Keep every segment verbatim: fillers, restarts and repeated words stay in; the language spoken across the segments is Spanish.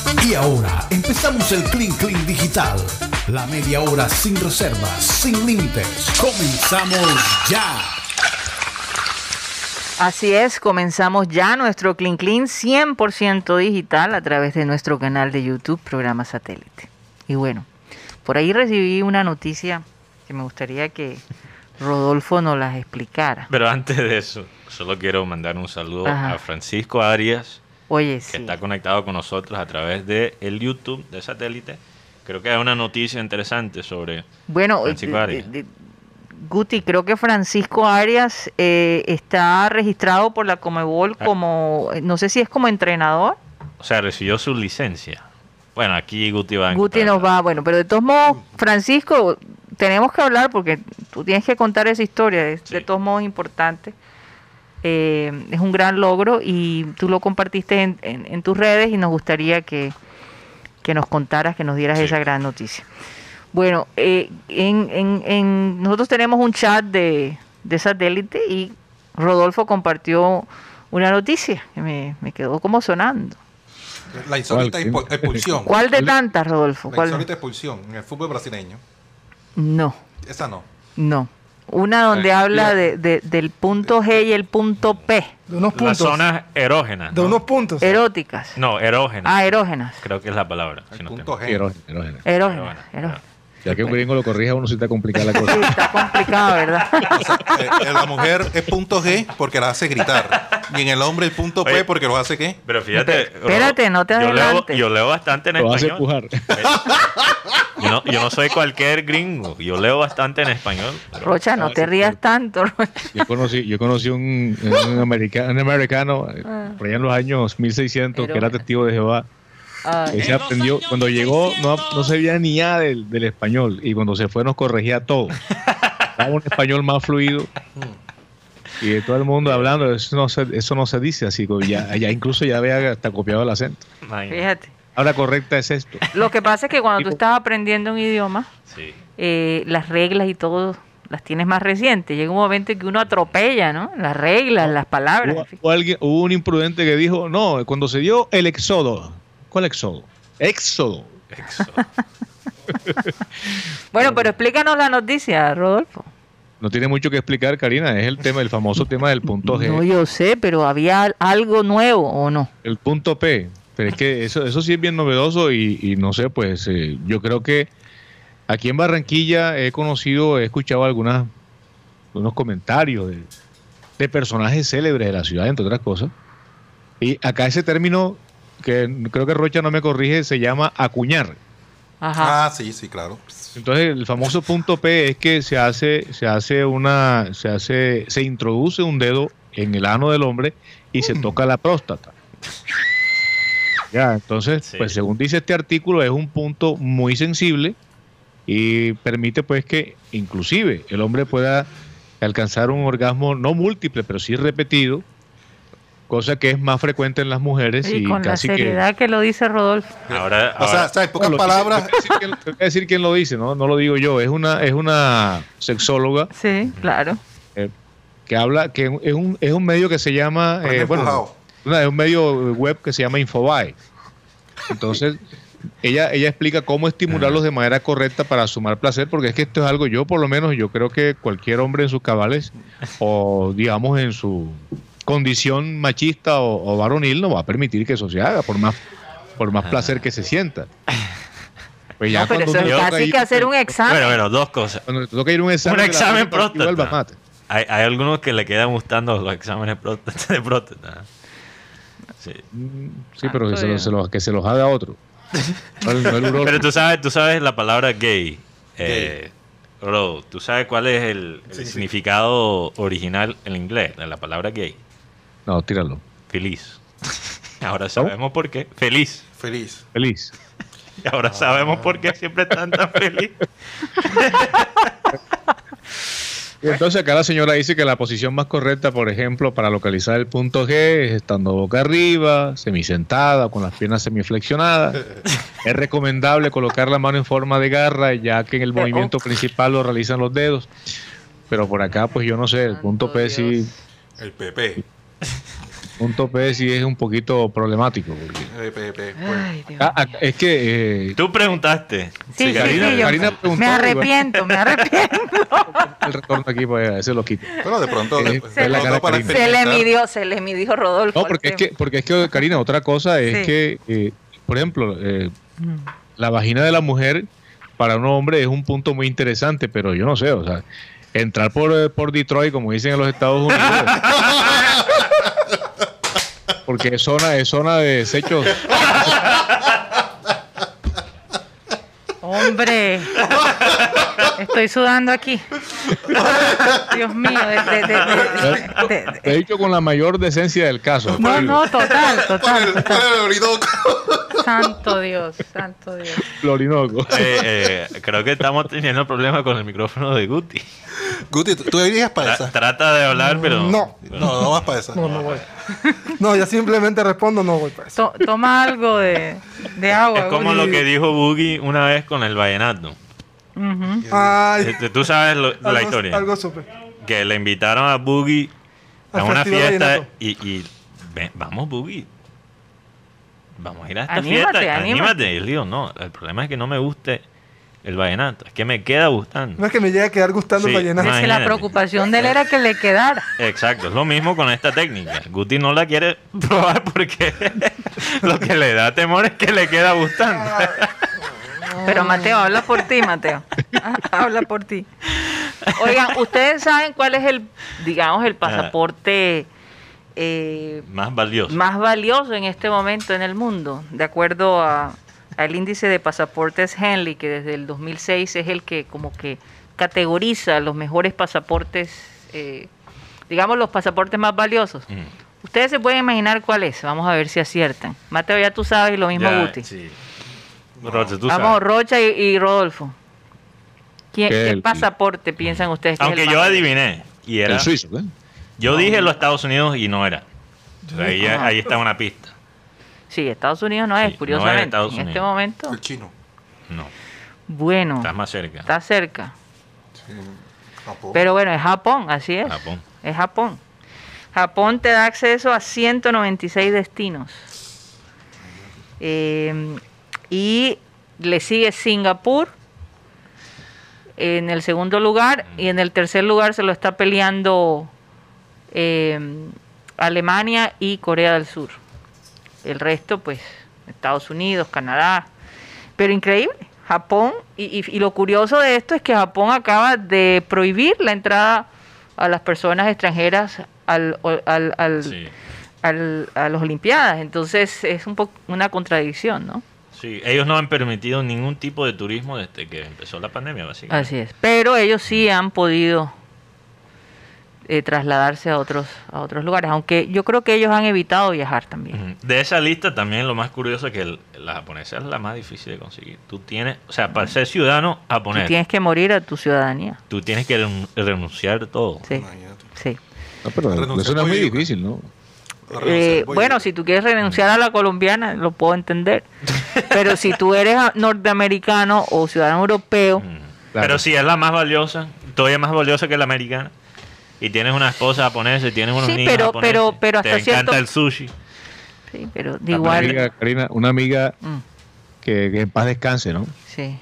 Y ahora empezamos el Clean Clean Digital. La media hora sin reservas, sin límites. Comenzamos ya. Así es, comenzamos ya nuestro Clean Clean cien por ciento digital a través de nuestro canal de YouTube, Programa Satélite. Y bueno, por ahí recibí una noticia que me gustaría que Rodolfo nos las explicara. Pero antes de eso, solo quiero mandar un saludo Ajá. a Francisco Arias, Oye, que sí. está conectado con nosotros a través de el YouTube de Satélite. Creo que hay una noticia interesante sobre bueno, Francisco Arias. De, de, Guti, creo que Francisco Arias eh, está registrado por la Conmebol como, no sé si es como entrenador. O sea, recibió su licencia. Bueno, aquí Guti va a Guti nos va, bueno, pero de todos modos, Francisco, tenemos que hablar porque tú tienes que contar esa historia, es sí. de todos modos importante. Eh, es un gran logro y tú lo compartiste en, en, en tus redes y nos gustaría que, que nos contaras, que nos dieras sí. esa gran noticia. Bueno, eh, en, en, en, nosotros tenemos un chat de, de Satélite y Rodolfo compartió una noticia que me, me quedó como sonando. La insólita expulsión. ¿Cuál de tantas, Rodolfo? La ¿Cuál? insólita expulsión en el fútbol brasileño. No. Esa no. No. Una donde Ay, habla de, de, del punto G y el punto P. De unos puntos. Las zonas erógenas. De ¿no? unos puntos. Eróticas. No, erógenas. Ah, erógenas. Creo que es la palabra. El si no punto tengo. G. Erógenas. Erógenas. Erógenas. Erógenas. Ya que un gringo lo corrija, uno sí está complicada la cosa. Sí, está complicado, ¿verdad? O sea, eh, la mujer es punto G porque la hace gritar. Y en el hombre el punto P Oye, porque lo hace ¿qué? Pero fíjate. Espérate, no te yo adelantes. leo, yo leo bastante en lo español. Lo hace empujar. Yo no, yo no soy cualquier gringo. Yo leo bastante en español. Pero... Rocha, no te rías tanto, Rocha. Yo conocí, yo conocí un, un, americano, un americano ah. por allá en los años mil seiscientos que era testigo de Jehová. Él se aprendió, cuando llegó no, no sabía ni nada del, del español y cuando se fue nos corregía todo. Estaba un español más fluido y de todo el mundo hablando, eso no se, eso no se dice así, ya, ya incluso ya había hasta copiado el acento. Fíjate. Ahora correcta es esto. Lo que pasa es que cuando tú estás aprendiendo un idioma, sí. eh, las reglas y todo las tienes más recientes. Llega un momento en que uno atropella, ¿no? Las reglas, las palabras. Hubo, hubo, alguien, hubo un imprudente que dijo, no, cuando se dio el éxodo. ¿Cuál éxodo? Éxodo. Éxodo. Bueno, pero explícanos la noticia, Rodolfo. No tiene mucho que explicar, Karina. Es el tema, el famoso tema del punto G. No, yo sé, pero había algo nuevo o no. El punto P. Pero es que eso, eso sí es bien novedoso y, y no sé, pues eh, yo creo que aquí en Barranquilla he conocido, he escuchado algunas, unos comentarios de, de personajes célebres de la ciudad, entre otras cosas. Y acá ese término, que creo que Rocha no me corrige, se llama acuñar. Ajá. Ah, sí, sí, claro. Entonces el famoso punto P es que se hace, se hace una, se hace, se introduce un dedo en el ano del hombre y se toca la próstata. Ya, entonces, sí. pues según dice este artículo, es un punto muy sensible y permite pues que inclusive el hombre pueda alcanzar un orgasmo no múltiple, pero sí repetido, cosa que es más frecuente en las mujeres. Y, y con casi la seriedad que... que lo dice Rodolfo. Ahora, ahora, o sea, ¿sabes? Pocas no, palabras. Te voy a decir quién lo dice, ¿no? No lo digo yo, es una, es una sexóloga. Sí, claro. Eh, que habla, que es un, es un medio que se llama, eh, bueno, una, es un medio web que se llama Infobae. Entonces, ella, ella explica cómo estimularlos de manera correcta para sumar placer, porque es que esto es algo, yo por lo menos, yo creo que cualquier hombre en sus cabales, o digamos en su condición machista o, o varonil, no va a permitir que eso se haga, por más, por más placer que se sienta. Pues ya no, pero eso es casi que hacer un examen. Bueno, bueno, dos cosas. Cuando te toca ir a un examen, un examen próstata. Hay, hay algunos que le quedan gustando los exámenes próstata, de próstata. Sí, sí, pero que se, lo, se lo, que se los haga otro. No el, no el pero tú sabes, tú sabes la palabra gay. Eh, Bro, ¿tú sabes cuál es el, el sí, significado sí. original en inglés de la palabra gay? No, tíralo. Feliz. Ahora sabemos ¿no? por qué. Feliz. Feliz. Feliz. Y ahora ah. sabemos por qué siempre están tan felices. Y entonces acá la señora dice que la posición más correcta, por ejemplo, para localizar el punto G es estando boca arriba, semisentada, con las piernas semiflexionadas. Es recomendable colocar la mano en forma de garra, ya que en el movimiento principal lo realizan los dedos. Pero por acá, pues yo no sé, el punto P sí... El P P. Punto P sí es un poquito problemático. Porque... Eh, pe- pe- Ay, Dios Ah, ah, mío. es que eh, Tú preguntaste. Sí, sí, Karina- sí, yo Karina preguntó, me arrepiento, me arrepiento. el retorno aquí, pues, ese lo quito. Pero de pronto, Eh, de- se de la pronto cara para Karina. Se le experimentar. midió, se le midió Rodolfo. No, al porque es tema. que, porque es que, Karina, otra cosa es Sí. que, eh, por ejemplo, eh, la vagina de la mujer para un hombre es un punto muy interesante, pero yo no sé, o sea, entrar por, eh, por Detroit, como dicen en los Estados Unidos, porque es zona, es zona de desechos. Hombre, estoy sudando aquí. Dios mío, de, de- de- de- de- de- Te he dicho con la mayor decencia del caso. no, no, total, Pon total, el- pon total. el oridoco. Santo Dios, santo Dios. Florinoco. Eh, eh, creo que estamos teniendo problemas con el micrófono de Guti. Guti, ¿tú tú irías para Tra- esa? trata de hablar, pero. No. pero- No, no vas para esa. No, no voy. No, yo simplemente respondo, no voy para eso. To- toma algo de, de agua. Es como Guti. lo que dijo Boogie una vez con el vallenato. Ujú. Ay, Este, Tú sabes lo- la algo- historia. Algo supe. Que le invitaron a Boogie a Al una Festival fiesta Vallenato. y, y ven, vamos Boogie. Vamos a ir a esta Anímate, fiesta. anímate. Anímate. Y él dijo, no, el problema es que no me guste el vallenato. Es que me queda gustando. No es que me llegue a quedar gustando Sí, el vallenato. Es que la Imagínate. preocupación de él era que le quedara. Exacto, es lo mismo con esta técnica. Guti no la quiere probar porque lo que le da temor es que le queda gustando. Pero Mateo, habla por ti, Mateo. Habla por ti. Oigan, ¿ustedes saben cuál es el, digamos, el pasaporte eh, Más valioso. más valioso en este momento en el mundo? De acuerdo a, al índice de pasaportes Henley, que desde el dos mil seis es el que como que categoriza los mejores pasaportes, eh, digamos, los pasaportes más valiosos. Mm. Ustedes se pueden imaginar cuál es. Vamos a ver si aciertan. Mateo, ya tú sabes y lo mismo Ya, Guti. sí. Rocha, tú Vamos, sabes. Rocha y, y Rodolfo. ¿Quién- ¿Qué ¿Qué, el- pasaporte piensan ustedes que es Aunque el yo más- adiviné. Y era. El suizo, ¿eh? Yo dije los Estados Unidos y no era. O sea, ahí, Ajá. ahí está una pista. Sí, Estados Unidos no es, Sí, no es curiosamente. Estados en este Unidos. momento, El chino. No, bueno, estás más cerca. está cerca. Sí. Japón. Pero bueno, es Japón, así es. Japón. Es Japón. Japón te da acceso a ciento noventa y seis destinos. Eh, y le sigue Singapur en el segundo lugar y en el tercer lugar se lo está peleando eh, Alemania y Corea del Sur. El resto, pues, Estados Unidos, Canadá. Pero increíble, Japón, y, y- y lo curioso de esto es que Japón acaba de prohibir la entrada a las personas extranjeras al, al, al- Sí. al- a las Olimpiadas. Entonces es un poco una contradicción, ¿no? Sí, ellos no han permitido ningún tipo de turismo desde que empezó la pandemia, básicamente. Así es. Pero ellos sí han podido eh, trasladarse a otros, a otros lugares, aunque yo creo que ellos han evitado viajar también. Ujú. De esa lista también lo más curioso es que el- la japonesa es la más difícil de conseguir. Tú tienes, o sea, para ser ciudadano Tú japonés, tienes que morir a tu ciudadanía. tú tienes que renun- renunciar a todo. Sí, Imagínate. sí. No, pero Renunciar eso no es muy voy a- difícil, ¿no? Eh, bueno, si tú quieres renunciar a la colombiana, lo puedo entender. Pero si tú eres a- norteamericano o ciudadano europeo, Mm. Claro. Pero si es la más valiosa, todavía más valiosa que la americana, y tienes una esposa japonesa y tienes unos Sí, niños pero- japoneses, pero- pero te hasta encanta cierto- el sushi. sí, pero de Una igual. amiga, Karina, una amiga Mm, que, que en paz descanse, ¿no? sí.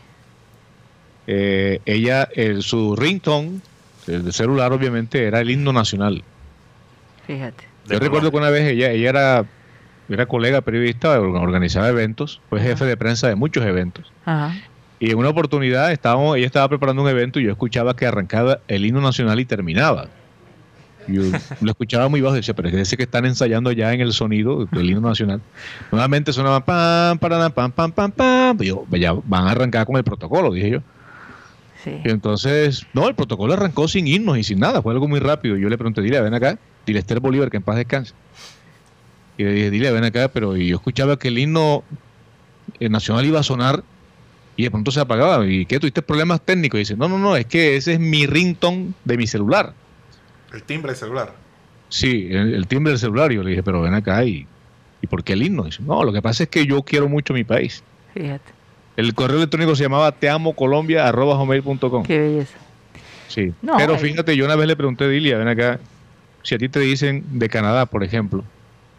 Eh, ella, el- su ringtone, el de celular obviamente, era el himno nacional. Fíjate. De Yo recuerdo que Colombia. una vez ella, ella era, era colega periodista, organizaba eventos, fue jefe de prensa de muchos eventos. Ajá. Y en una oportunidad estábamos, ella estaba preparando un evento y yo escuchaba que arrancaba el himno nacional y terminaba. Yo lo escuchaba muy bajo y decía, pero es que están ensayando ya en el sonido del himno nacional. Nuevamente sonaba pam, pararam, pam, pam, pam, pam. Y yo, ya van a arrancar con el protocolo, dije yo. Sí. Y entonces, no, el protocolo arrancó sin himnos y sin nada, fue algo muy rápido. Yo le pregunté, dile, ven acá, dile a Esther Bolívar que en paz descanse. Y le dije, dile, ven acá, pero y yo escuchaba que el himno eh, nacional iba a sonar y de pronto se apagaba. ¿Y qué? ¿Tuviste problemas técnicos? Y dice, no, no, no, es que ese es mi ringtone de mi celular. El timbre del celular. Sí, el, el timbre del celular. Y yo le dije, pero ven acá, ¿y, ¿y por qué el himno? Dice, no, lo que pasa es que yo quiero mucho mi país. Fíjate. El correo electrónico se llamaba teamocolombia arroba hotmail punto com. Qué belleza. Sí, No, pero ahí- fíjate, yo una vez le pregunté a Dilia, ven acá, si a ti te dicen de Canadá, por ejemplo,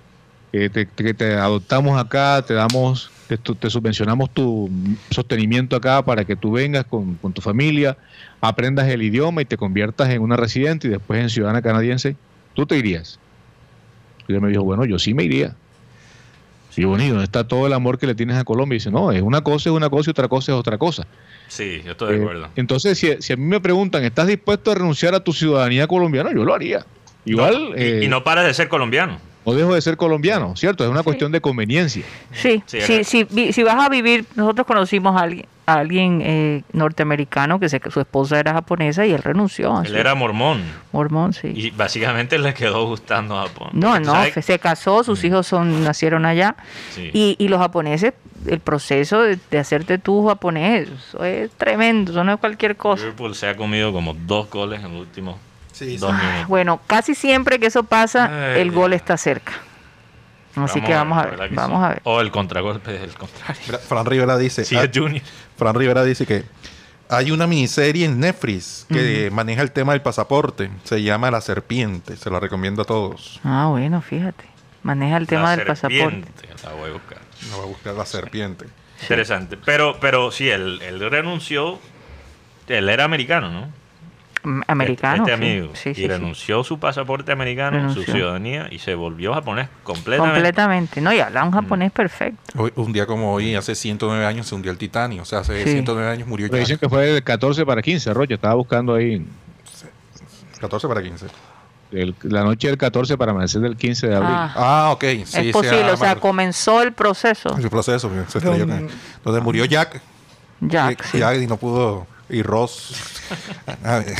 eh, te, te, te adoptamos acá, te damos, te, te subvencionamos tu sostenimiento acá para que tú vengas con, con tu familia, aprendas el idioma y te conviertas en una residente y después en ciudadana canadiense, ¿tú te irías? Y él me dijo, bueno, yo sí me iría. Y bonito, ¿dónde está todo el amor que le tienes a Colombia? Y dice, no, es una cosa es una cosa y otra cosa es otra cosa. Sí, yo estoy de Eh, acuerdo. entonces, si, si a mí me preguntan, ¿estás dispuesto a renunciar a tu ciudadanía colombiana? Yo lo haría. Igual... No, y, eh, y no paras de ser colombiano. no dejo de ser colombiano, ¿cierto? Es una cuestión de conveniencia. Sí, Sí, sí, era- sí, vi- si vas a vivir, nosotros conocimos a alguien, a alguien eh, norteamericano que se, su esposa era japonesa y él renunció. a Él su- era mormón. mormón, sí. Y básicamente le quedó gustando Japón. No, Porque tú no, sabes- fe- se casó, sus hijos son nacieron allá. Sí. Y, y los japoneses, el proceso de, de hacerte tú japonés, eso es tremendo, eso no es cualquier cosa. Liverpool se ha comido como dos goles en los últimos Sí, dos sí. minutos. Bueno, casi siempre que eso pasa, Ay, el gol Dios. está cerca. Así que vamos a ver, ¿verdad que vamos sí? a ver. O el contragolpe es el contrario. Mira, Fran Rivera dice, Sí, ah, es Junior. Fran Rivera dice que hay una miniserie en Netflix que maneja el tema del pasaporte. Se llama La Serpiente. Se la recomiendo a todos. Ah, bueno, fíjate. Maneja el tema La del pasaporte. serpiente, la voy a buscar. No va a buscar La Serpiente. Interesante. Pero, pero sí, él, él renunció. Él era americano, ¿no? Mm, Americano. Este, este sí. amigo. Sí, sí, y sí. renunció su pasaporte americano, Renunció. su ciudadanía, y se volvió japonés completamente. Completamente. No, y habla un japonés perfecto. Hoy- un día como hoy, hace ciento nueve años, se hundió el Titanic. O sea, hace Sí. ciento nueve años murió Pero dicen Jack. que fue del catorce para quince, Rocha. Estaba buscando ahí catorce para quince. el- la noche del catorce para amanecer del quince de abril. Ah, Ah, ok. Sí, es se posible, o sea, ama- comenzó el proceso. el proceso. que Se estrelló con- donde murió Jack. Jack, y, sí. Jack y no pudo. Y Ross. A ver.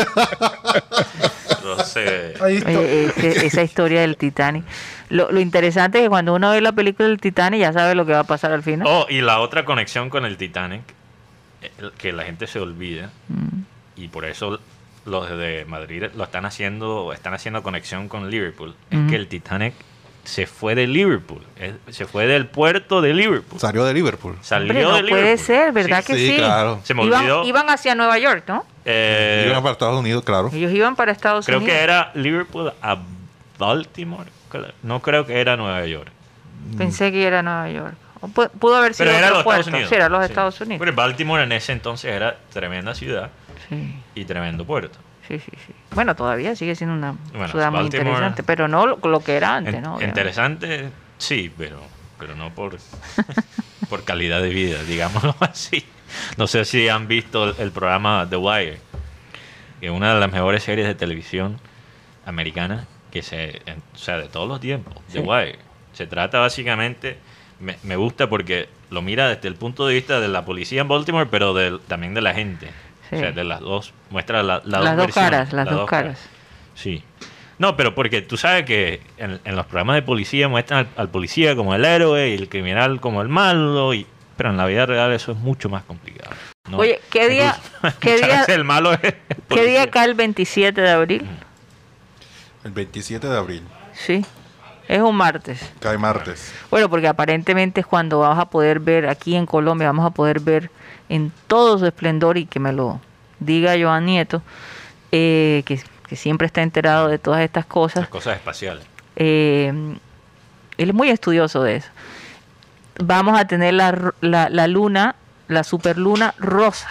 Entonces, Ahí está. Oye, ese- esa historia del Titanic. Lo, lo interesante es que cuando uno ve la película del Titanic ya sabe lo que va a pasar al final. oh, y la otra conexión con el Titanic, eh, que la gente se olvida, Mm. y por eso los de Madrid lo están haciendo, están haciendo conexión con Liverpool, es Ujú. que el Titanic se fue de Liverpool, es- se fue del puerto de Liverpool, Salió de Liverpool. salió Hombre, no de Liverpool. puede ser, ¿verdad que sí? Sí, claro. Se me Iban, olvidó. iban hacia Nueva York, ¿no? eh, Iban para Estados Unidos, claro. Ellos iban para Estados creo Unidos. que era Liverpool a Baltimore, no creo que era Nueva York. Pensé que era Nueva York. O pu- pudo haber sido Pero era otro los puerto. Estados Unidos. Sí, era los Sí. Estados Unidos. Porque Baltimore en ese entonces era tremenda ciudad Sí, y tremendo puerto. sí, sí, sí. Bueno, todavía sigue siendo una Bueno, ciudad muy Baltimore- interesante, pero no lo, lo que era antes, En- ¿no? Obviamente. interesante, sí, pero, pero no por, por calidad de vida, digámoslo así. No sé si han visto el, el programa The Wire, que es una de las mejores series de televisión americana, que se, en- o sea, de todos los tiempos, The Sí. Wire. Se trata básicamente, me, me gusta porque lo mira desde el punto de vista de la policía en Baltimore, pero del- también de la gente. Sí. O sea, de las dos, muestra la, la Las dos versiones, caras, las dos caras. Sí. No, pero porque tú sabes que en, en los programas de policía muestran al, al policía como el héroe y el criminal como el malo, y, pero en la vida real eso es mucho más complicado. ¿no? Oye, ¿qué día- Incluso, qué muchas día- veces el malo es el ¿Qué policía. día cae el veintisiete de abril? El veintisiete de abril. Sí, es un martes. Cae martes. Bueno, porque aparentemente es cuando vamos a poder ver, aquí en Colombia, vamos a poder ver en todo su esplendor, y que me lo diga Joan Nieto, eh, que, que siempre está enterado de todas estas cosas. Las cosas espaciales. Eh, él es muy estudioso de eso. Vamos a tener la, ro- la, la luna, la superluna rosa.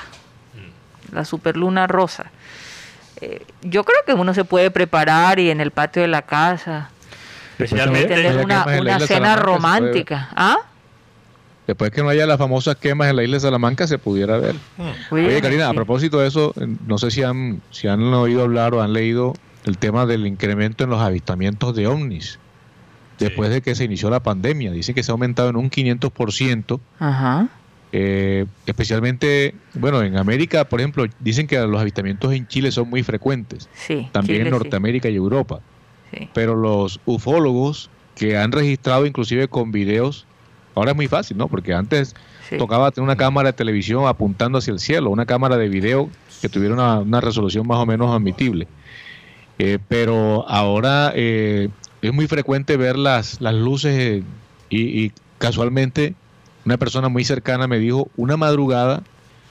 La superluna rosa. Eh, yo creo que uno se puede preparar y en el patio de la casa Especialmente, tener haya una, quemas en la una isla cena Salamanca, se puede ver. romántica. ¿Ah? Después que no haya las famosas quemas en la isla de Salamanca, se pudiera ver. Oye, Oye, Karina, a sí. propósito de eso, eh, no sé si han, si han oído hablar o han leído el tema del incremento en los avistamientos de ovnis después de que se inició la pandemia. Dicen que se ha aumentado en un quinientos por ciento. Ajá. Eh, especialmente, bueno, en América, por ejemplo, dicen que los avistamientos en Chile son muy frecuentes, Sí. también Chile, en sí. Norteamérica y Europa, Sí. pero los ufólogos que han registrado inclusive con videos, ahora es muy fácil, ¿no? Porque antes Sí. tocaba tener una cámara de televisión apuntando hacia el cielo, una cámara de video que tuviera una, una resolución más o menos admitible. Eh, pero ahora eh, es muy frecuente ver las, las luces eh, y, y casualmente una persona muy cercana me dijo una madrugada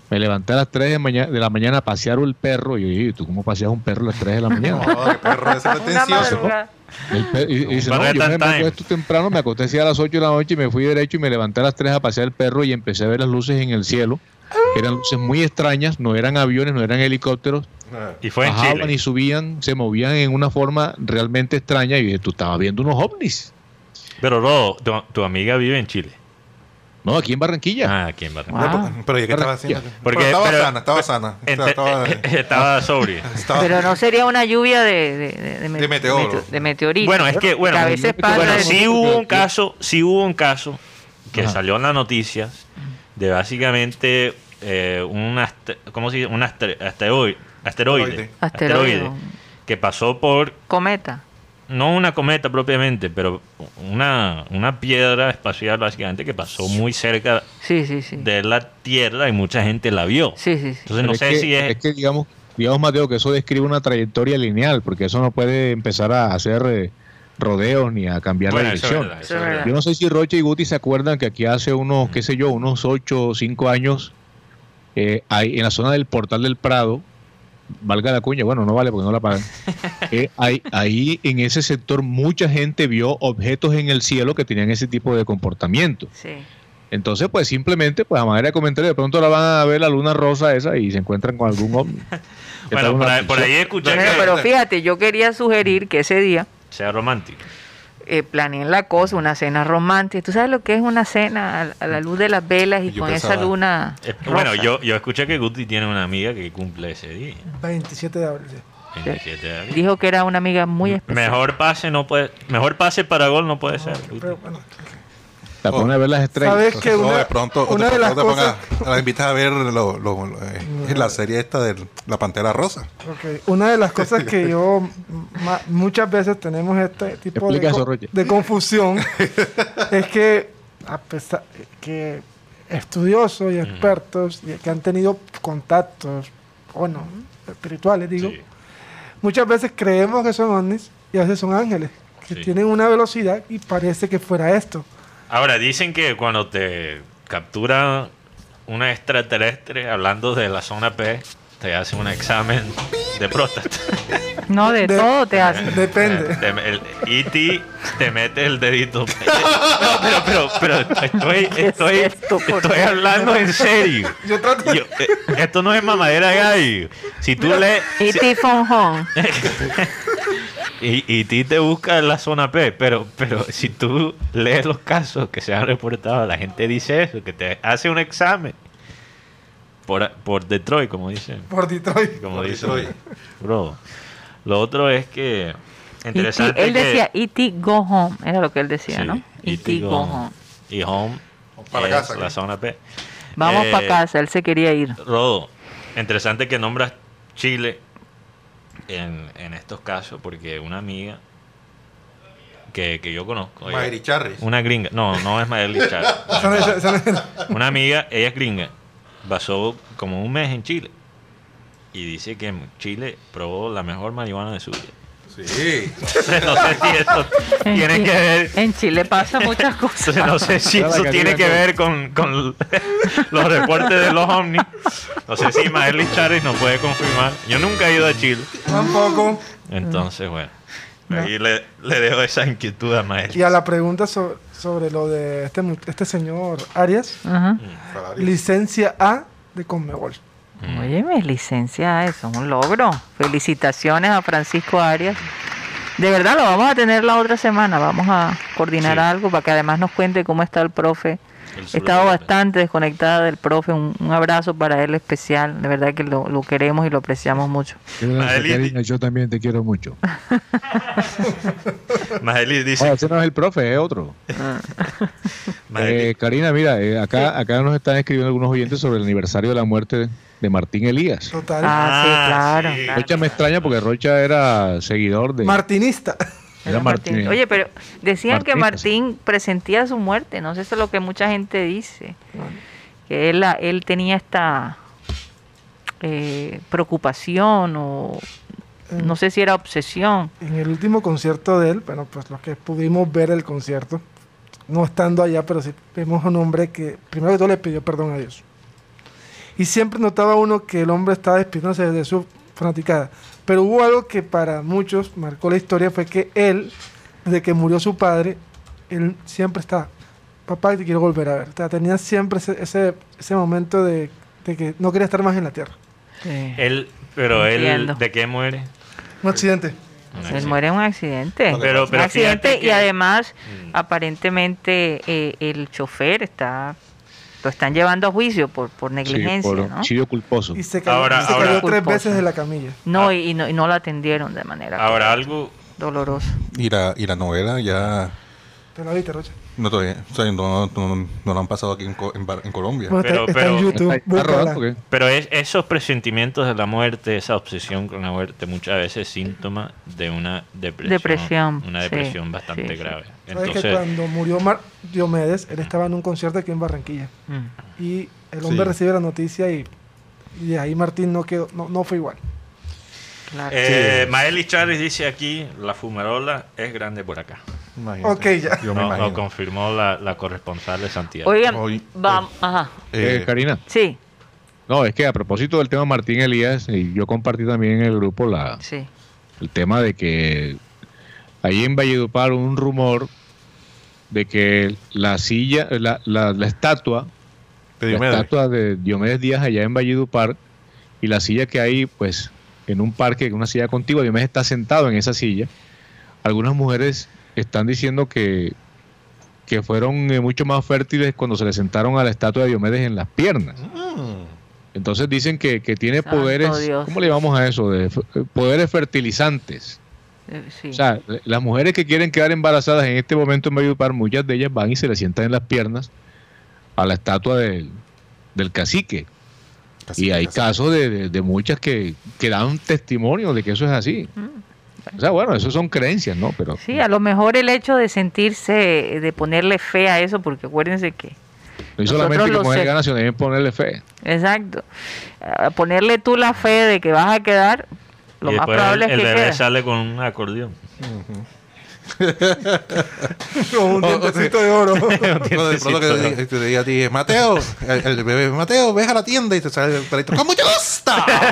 Me levanté a las tres de, mañana, de la mañana a pasear el perro. Y yo dije, ¿tú cómo paseas un perro a las tres de la mañana? No, el perro ese Una pretencioso. madrugada. El pe- y, y dice, Un no, par de yo me, me time. acuesto temprano, me acosté así a las ocho de la noche y me fui derecho y me levanté a las tres a pasear el perro y empecé a ver las luces en el cielo. Eran luces muy extrañas, no eran aviones, no eran helicópteros. Y fue en Bajaban Chile. y subían, se movían en una forma realmente extraña y dije, tú estabas viendo unos ovnis. Pero Rodo, tu, tu amiga vive en Chile. No, aquí en Barranquilla. Ah, aquí en Barranquilla. Wow. No, pero ¿y qué estaba haciendo? Porque- Pero estaba pero- sana, estaba sana. Ente- Estaba, Estaba sobria. estaba- Pero no sería una lluvia de, de, de, de, me- De meteoro. meteo- de meteoritos. Bueno, es que, bueno, a veces pasa bueno, eso. sí hubo un caso, sí hubo un caso que Ajá. salió en las noticias de básicamente eh, un, aste- ¿cómo se dice? Un astere- asteroide, asteroide, Asteroide. Asteroide. que pasó por, Cometa. no una cometa propiamente, pero una, una piedra espacial básicamente que pasó muy cerca Sí, sí, sí. de la Tierra y mucha gente la vio. Sí, sí, sí. Entonces no Pero sé es que, si es... es que digamos, digamos, Mateo, que eso describe una trayectoria lineal, porque eso no puede empezar a hacer eh, rodeos ni a cambiar Bueno, la eso es dirección. verdad, eso Eso es es verdad. Yo no sé si Rocha y Guti se acuerdan que aquí hace unos, qué sé yo, unos ocho o cinco años, eh, hay, en la zona del Portal del Prado, valga la cuña, bueno, no vale porque no la pagan, eh, hay, ahí en ese sector mucha gente vio objetos en el cielo que tenían ese tipo de comportamiento. Sí. Entonces, pues simplemente, pues a manera de comentario, de pronto la van a ver la luna rosa esa y se encuentran con algún ovni. Que Bueno, tal una por ahí, por ahí ficción. escuché Bueno, que pero fíjate, yo quería sugerir que ese día sea romántico. eh, planeen la cosa, una cena romántica. ¿Tú sabes lo que es una cena a, a la luz de las velas y Yo con esa pensaba- luna Eh, rosa? Bueno, yo, yo escuché que Guti tiene una amiga que cumple ese día. veintisiete de abril. sí. veintisiete de abril. Dijo que era una amiga muy especial. Mejor pase no puede, mejor pase para gol no puede ser. Guti. Pero, bueno, La pone a ver las estrellas. ¿sabes que O una, de pronto, o una de de las pronto te cosas, pongas- la invitas a ver lo, lo- lo- eh, la serie esta de La Pantera Rosa. ok, una de las cosas que yo ma- muchas veces tenemos este tipo de, Explica eso, co- Roger. de confusión es que a pesar que estudiosos y expertos y que han tenido contactos, bueno, espirituales digo, Sí. muchas veces creemos que son ovnis y a veces son ángeles que Sí. tienen una velocidad y parece que fuera esto. Ahora, dicen que cuando te captura una extraterrestre, hablando de la zona P, te hace un examen de próstata. No, de, De- todo te hacen. Depende. Te- el E T te mete el dedito. No, pero, pero, pero estoy, ¿Qué es estoy, esto, por estoy favor? hablando en serio. Yo trato Yo, eh, esto no es mamadera de gallo. Si tú lees... Y T Phone Home. Y, y ti te busca en la zona P, pero, pero si tú lees los casos que se han reportado, la gente dice eso, que te hace un examen por, por Detroit, como dicen. por Detroit. Como Por dicen, Detroit. bro. Lo otro es que E interesante T él que- decía E T Go Home, era lo que él decía, Sí, ¿no? E T Go Home. Y home Para es casa, la ¿qué? zona P. Vamos Eh, para casa, él se quería ir. Rodo, interesante que nombras Chile en, en estos casos, porque una amiga que, que yo conozco, ella- Mayri Charris. una gringa, no, no es Mayeli Char, Esa no es- esa no es- una amiga, ella es gringa, pasó como un mes en Chile y dice que en Chile probó la mejor marihuana de su vida. Sí. Entonces, no sé si eso En tiene Chi- que ver. En Chile pasa muchas cosas. Entonces, no sé si Claro, eso que tiene diga que que- ver con, con los reportes de los ovnis. No sé si Maeli Charis nos puede confirmar. Yo nunca he ido a Chile. Tampoco. Entonces, bueno. Ahí le, le dejo esa inquietud a Maeli. Y a la pregunta so- sobre lo de este, mu- este señor Arias, Ajá. licencia A de Conmebol. Óyeme, licencia, eso es un logro. Felicitaciones a Francisco Arias. De verdad, lo vamos a tener la otra semana. Vamos a coordinar Sí. algo para que además nos cuente cómo está el profe. El He estado sur- bastante desconectada del profe. Un, un abrazo para él especial. De verdad que lo, lo queremos y lo apreciamos mucho. Gracias, Maeli- Karina, yo también te quiero mucho. Maeli dice. Ah, ese no es el profe, es otro. Maeli- Eh, Karina, mira, eh, acá, acá nos están escribiendo algunos oyentes sobre el aniversario de la muerte de Martín Elías. Total. Ah, sí, Ah, claro. sí. claro. Rocha me extraña porque Rocha era seguidor de... Martinista. Era Era Martín. Martín. Oye, pero decían que Martínez. Martín presentía su muerte. No sé, eso es lo que mucha gente dice. Que él, él tenía esta eh, preocupación o no sé si era obsesión. En el último concierto de él, bueno, pues los que pudimos ver el concierto, no estando allá, pero sí vimos a un hombre que primero que todo le pidió perdón a Dios. Y siempre notaba uno que el hombre estaba despidiéndose de su fanaticada. Pero hubo algo que para muchos marcó la historia, fue que él, desde que murió su padre, él siempre está, papá, te quiero volver a ver. O sea, tenía siempre ese, ese, ese momento de, de que no quería estar más en la tierra. Sí. Él, pero Entiendo. él, ¿de qué muere? Un accidente. Un Él accidente. muere en un accidente. Pero- un pero accidente fíjate y que- además, Mm. aparentemente, eh, el chofer está... Lo están llevando a juicio por, por Sí, negligencia, por ¿no? homicidio culposo. Y se cayó, Ahora- y se ahora- cayó tres Culposo. veces de la camilla. No, Ah. y, y no, y no lo atendieron de manera Ahora, algo... dolorosa. Y la, y la novela ya ¿Te la viste, Rocha? no todavía, o sea, no, no, no la han pasado aquí en, Co- en, Bar- en Colombia. Bueno, Pero- está, está pero- en YouTube. Está búscala. rodando, ¿qué? Pero es, esos presentimientos de la muerte, esa obsesión con la muerte, muchas veces es síntoma de una depresión. Depresión, Una sí, depresión bastante sí, sí. grave. ¿Sabes que Entonces, cuando murió Mar Diomedes, él estaba en un concierto aquí en Barranquilla? Mm. Y el hombre Sí. recibe la noticia y, y de ahí Martín no, quedó, no, no fue igual. Claro. eh, Maeli Chávez dice aquí, la fumarola es grande por acá. Imagínate. Ok, ya. Yo me No, imagino. lo confirmó la, la corresponsal de Santiago. Oigan, Hoy- vamos, ajá, Eh, Eh, Karina, sí, no, es que a propósito del tema Martín Elías, y yo compartí también en el grupo la, sí. el tema de que ahí en Valledupar un rumor de que la silla, la, la, la estatua, de la Diomedes. estatua de Diomedes Díaz allá en Valledupar y la silla que hay pues en un parque, una silla contigua, Diomedes está sentado en esa silla. Algunas mujeres están diciendo que, que fueron eh, mucho más fértiles cuando se le sentaron a la estatua de Diomedes en las piernas. Mm. Entonces dicen que, que tiene Santo poderes, Dios. ¿cómo le llamamos a eso? De, f- poderes fertilizantes. eh, sí. O sea, las mujeres que quieren quedar embarazadas en este momento en Valledupar, muchas de ellas van y se le sientan en las piernas a la estatua del, del cacique. Casi, Y hay casi. casos de, de- de muchas que, que dan testimonio de que eso es así. O sea, bueno, eso son creencias, ¿no? Pero Sí, a lo mejor el hecho de sentirse, de ponerle fe a eso, porque acuérdense que, no es nosotros solamente que los mujer se- gana, sino también ponerle fe. exacto, a ponerle tú la fe de que vas a quedar, lo y más después probable el, es el que bebé quede. sale con un acordeón. Con un dientecito de oro. No, de pronto que te, te diga a ti, Mateo, el, el bebé, Mateo, ve a la tienda y te sale el perrito. ¡Con mucho gusto!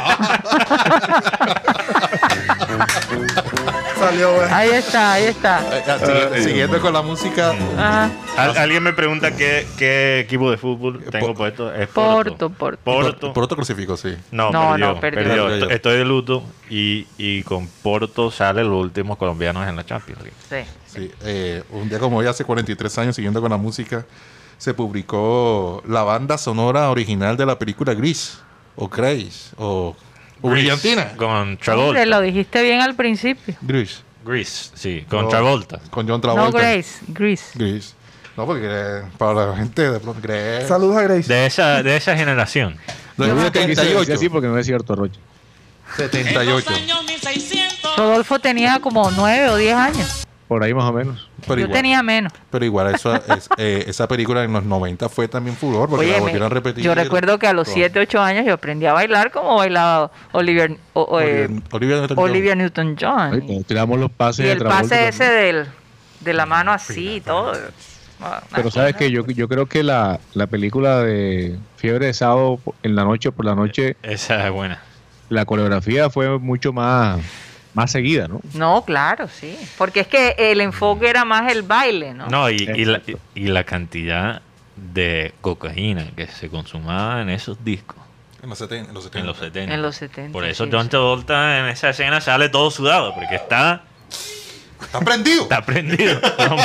Salió, güey. Ahí está, ahí está. Eh, ah, siguiendo, siguiendo con la música, Ajá. Al- alguien me pregunta qué, qué equipo de fútbol tengo Por- puesto. Es Porto. Porto, Porto. Porto. por otro crucifijo, sí. No, No, perdió, no, perdió. perdió. Perdió. Estoy, estoy de luto y, y con Porto sale los últimos colombianos en la Champions League. Sí. Sí, eh, un día como hoy, hace cuarenta y tres años, siguiendo con la música, se publicó la banda sonora original de la película Gris, o Grace, o, o Brillantina. Con Travolta. Hombre, lo dijiste bien al principio. Gris. Grease, sí, con No, Travolta. Con John Travolta. No Grace, Grease. Gris. No, porque eh, para la gente de pronto, Grace. Saludos a Grace. De esa, de esa generación. No, Yo es creo que dice- setenta y dice ocho. así porque no es cierto, Rocha. setenta y ocho. Rodolfo tenía como nueve o diez años. Por ahí más o menos. Pero Yo igual, tenía menos. pero igual eso es, eh, esa película en los noventa fue también furor porque Oye, la me- volvieron a repetir. yo recuerdo que a los Con siete, ocho años yo aprendí a bailar como bailaba Oliver, o- o, eh, Olivia, Olivia Newton-John. Olivia Newton-John. Ahí, cuando tiramos los pases Y de el Travolta pase ese también. del, de la mano así y todo. Ah, Pero una sabes cosa. que yo, yo creo que la, la película de Fiebre de Sábado en la noche por la noche, Esa es buena. la coreografía fue mucho más, más seguida, ¿no? No, claro, sí. Porque es que el enfoque era más el baile, ¿no? No, y, y, la, y la cantidad de cocaína que se consumaba en esos discos En los setenta. En los setenta. en los setenta. En los setenta, Por eso sí, John sí. Travolta en esa escena sale todo sudado, porque está, ¡Está prendido! está prendido.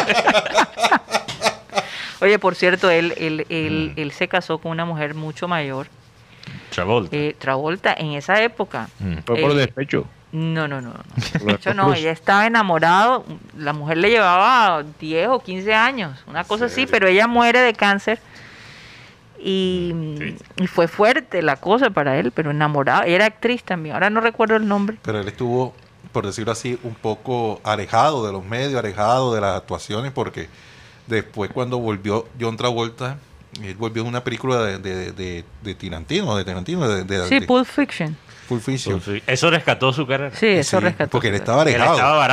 Oye, por cierto, él, él, él, Mm. él se casó con una mujer mucho mayor. Travolta. Eh, Travolta, en esa época. Mm. Fue por Eh, despecho. No, no, no. no. Por De hecho, no, Cruz. ella estaba enamorado. La mujer le llevaba diez o quince años, una cosa así, pero ella muere de cáncer. Y, Sí. y fue fuerte la cosa para él, pero enamorado. Ella era actriz también, ahora no recuerdo el nombre. Pero él estuvo, por decirlo así, un poco alejado de los medios, alejado de las actuaciones, porque después cuando volvió John Travolta, él volvió en una película de, de, de, de Tarantino, de Tarantino, de, de, Sí, de Pulp Fiction. Pulp Fiction. Eso rescató su carrera. Sí, eso Sí, rescató. porque él su estaba Él alejado. estaba varado.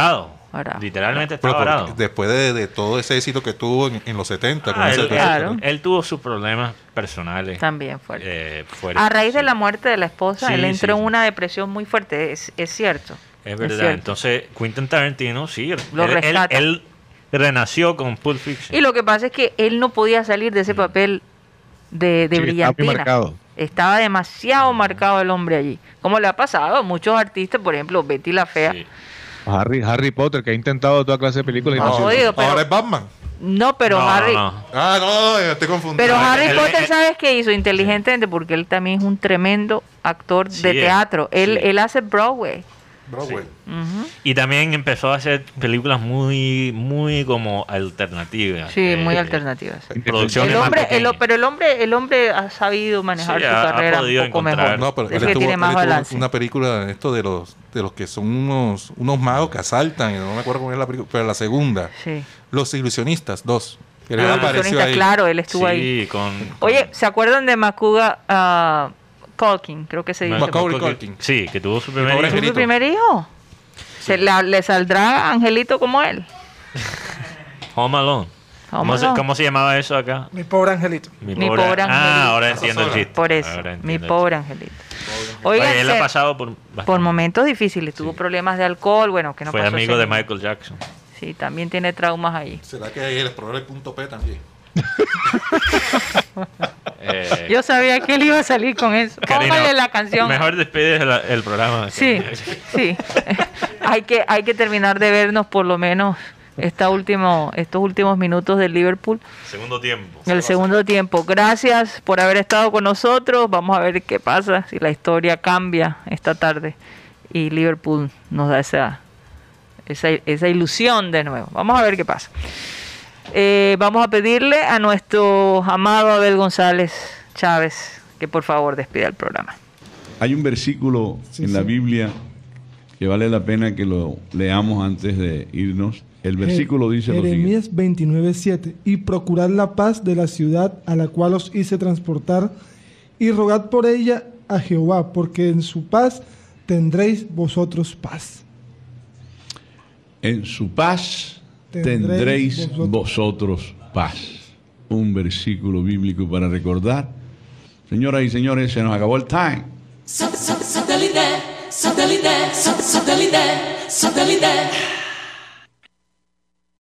Varado. Literalmente Pero estaba porque varado. después de, de todo ese éxito que tuvo en, en los setenta. con Ah, ese- él, Claro. él- él tuvo sus problemas personales. También fuerte. eh, fuertes, A raíz de sí. la muerte de la esposa, Sí, él entró sí, en sí. una depresión muy fuerte, es, es cierto. Es verdad. cierto. Entonces, Quentin Tarantino, sí, Lo él, él- rescata. él renació con Pulp Fiction. Y lo que pasa es que él no podía salir de ese papel de, de Sí, está muy brillantina. marcado. Estaba demasiado marcado el hombre allí. Como le ha pasado a muchos artistas, por ejemplo, Betty la Fea. Sí. Harry, Harry Potter, que ha intentado toda clase de películas y no No, ha sido- jodido, pero- Ahora es Batman. No, pero No, Harry... no, no. Ah, no, no, estoy confundido. Pero Harry él- Potter, él- ¿sabes qué hizo? Inteligentemente, porque él también es un tremendo actor Sí, de él- teatro. Él, sí. él hace Broadway. Broadway. Ujú. Y también empezó a hacer películas muy, muy como alternativas. Sí, muy eh, alternativas. Producciones El más hombre, el, pequeñas. pero el hombre, el hombre ha sabido manejar Sí, su ha- ha carrera un podido poco encontrar- mejor. No, pero Es él que estuvo, tiene él más estuvo en balance. una película esto de los de los que son unos unos magos que asaltan, y no me acuerdo cómo es la película, pero la segunda, Sí. Los Ilusionistas dos, que él Ah, apareció ilusionista, ahí. claro, él estuvo Sí, ahí. con, Oye, ¿se acuerdan de Macuga uh, Culkin? Creo que se dice. Macaulay con- Culkin. Sí, que tuvo su primer pobre hijo. ¿Fue su Angelito. primer hijo? Se la- ¿Le saldrá Angelito como él? Home Alone. Home ¿Cómo, se, Alone. ¿Cómo se llamaba eso acá? Mi pobre angelito. Mi pobre Ah, angelito. ahora entiendo el chiste. Por eso, Ahora mi entiendo el pobre chiste. Angelito. Oye, Oigan, él ha se- pasado por, por bastante. momentos difíciles, tuvo Sí. problemas de alcohol, bueno, que no Fue pasó amigo ese de niño. Michael Jackson. Sí, también tiene traumas ahí. ¿Será que él exploró el punto P también? Eh, Yo sabía que él iba a salir con eso. Karina, Póngale la canción. Mejor despides el, el programa. Sí, sí. hay, que, hay que terminar de vernos por lo menos esta último, estos últimos minutos del Liverpool. Segundo tiempo. El segundo tiempo. Gracias por haber estado con nosotros. Vamos a ver qué pasa, si la historia cambia esta tarde y Liverpool nos da esa, esa, esa ilusión de nuevo. Vamos a ver qué pasa. Eh, vamos a pedirle a nuestro amado Abel González Chávez que por favor despida el programa. Hay un versículo Sí, en la sí. Biblia que vale la pena que lo leamos antes de irnos. El versículo dice lo siguiente. Jeremías veintinueve siete. Y procurad la paz de la ciudad a la cual os hice transportar, y rogad por ella a Jehová, porque en su paz tendréis vosotros paz. En su paz Tendréis tendréis vosotros- vosotros paz. Un versículo bíblico para recordar. Señoras y señores, se nos acabó el time. Satellite, satellite, satellite, satellite.